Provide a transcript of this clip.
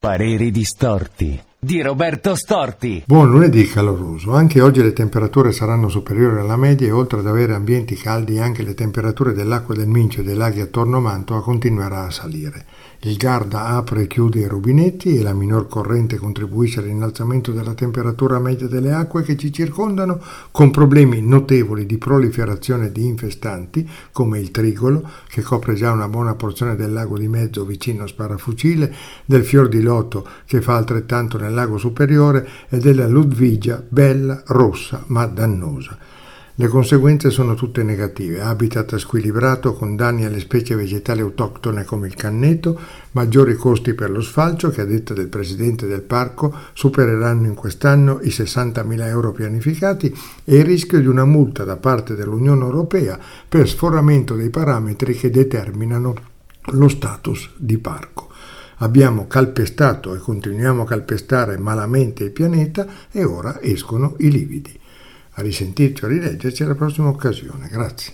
Pareri distorti di Roberto Storti. Buon lunedì caloroso. Anche oggi le temperature saranno superiori alla media e oltre ad avere ambienti caldi anche le temperature dell'acqua del Mincio e dei laghi attorno a Mantova continuerà a salire. Il Garda apre e chiude i rubinetti e la minor corrente contribuisce all'innalzamento della temperatura media delle acque che ci circondano, con problemi notevoli di proliferazione di infestanti come il trigolo, che copre già una buona porzione del lago di Mezzo vicino a Sparafucile, del fior di loto che fa altrettanto nel lago superiore e della Ludvigia, bella, rossa ma dannosa. Le conseguenze sono tutte negative: habitat squilibrato con danni alle specie vegetali autoctone come il canneto, maggiori costi per lo sfalcio che, a detta del presidente del parco, supereranno in quest'anno i 60.000 euro pianificati e il rischio di una multa da parte dell'Unione Europea per sforamento dei parametri che determinano lo status di parco. Abbiamo calpestato e continuiamo a calpestare malamente il pianeta e ora escono i lividi. A risentirci o a rileggerci alla prossima occasione. Grazie.